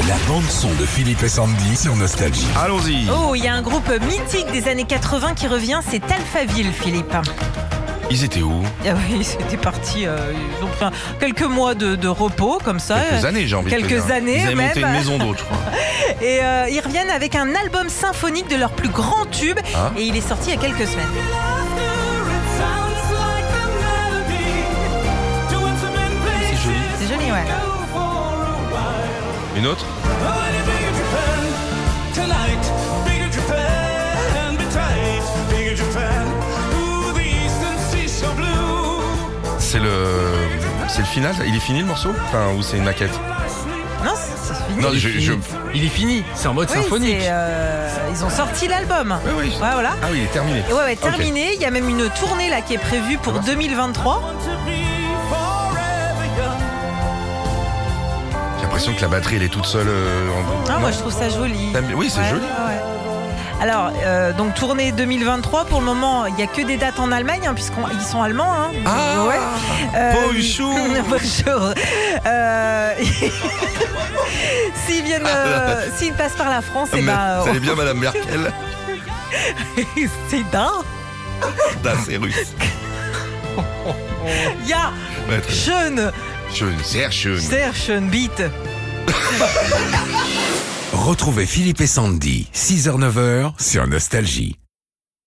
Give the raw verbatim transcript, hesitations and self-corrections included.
La bande-son de Philippe et Sandy sur Nostalgie. Allons-y. Oh, il y a un groupe mythique des années quatre-vingts qui revient, c'est Alphaville, Philippe. Ils étaient où? Ah oui, c'était parti, euh, ils ont pris un- quelques mois de, de repos, comme ça. Quelques années, j'ai envie de te Quelques dire. années, Ils avaient monté même. une maison d'hôtes, je crois. Et euh, ils reviennent avec un album symphonique de leur plus grand tube. Ah. Et il est sorti il y a quelques semaines. C'est joli. C'est joli, ouais. Une autre? C'est le... C'est le final? Il est fini le morceau? Enfin, ou c'est une maquette? Non, c'est c'est fini. Non, Il, je- est fini. je- Il est fini, c'est en mode Oui, symphonique. c'est, euh, ils ont sorti l'album. Oui, oui. Ouais, voilà. Ah oui, il est terminé. Et ouais, ouais, Ok. terminé. Il y a même une tournée là qui est prévue pour deux mille vingt-trois. J'ai l'impression que la batterie, elle est toute seule. euh, en... Ah, Non moi, je trouve ça joli. T'aimes bien? Oui, c'est Ouais, joli. ouais, ouais. Alors, euh, donc tournée deux mille vingt-trois, pour le moment, il n'y a que des dates en Allemagne, hein, puisqu'ils sont allemands. Hein. Ah, ouais. Euh, bonjour. Bonjour. Euh, S'ils viennent, euh, s'ils passent par la France, et Mais- ben, Vous allez bien, Madame Merkel? c'est dingue. Ah, c'est russe. Il y a Ouais, très bien. Schön, Schön, sehr schön. sehr schön, bitte. Retrouvez Philippe et Sandy, six heures neuf heures sur Nostalgie.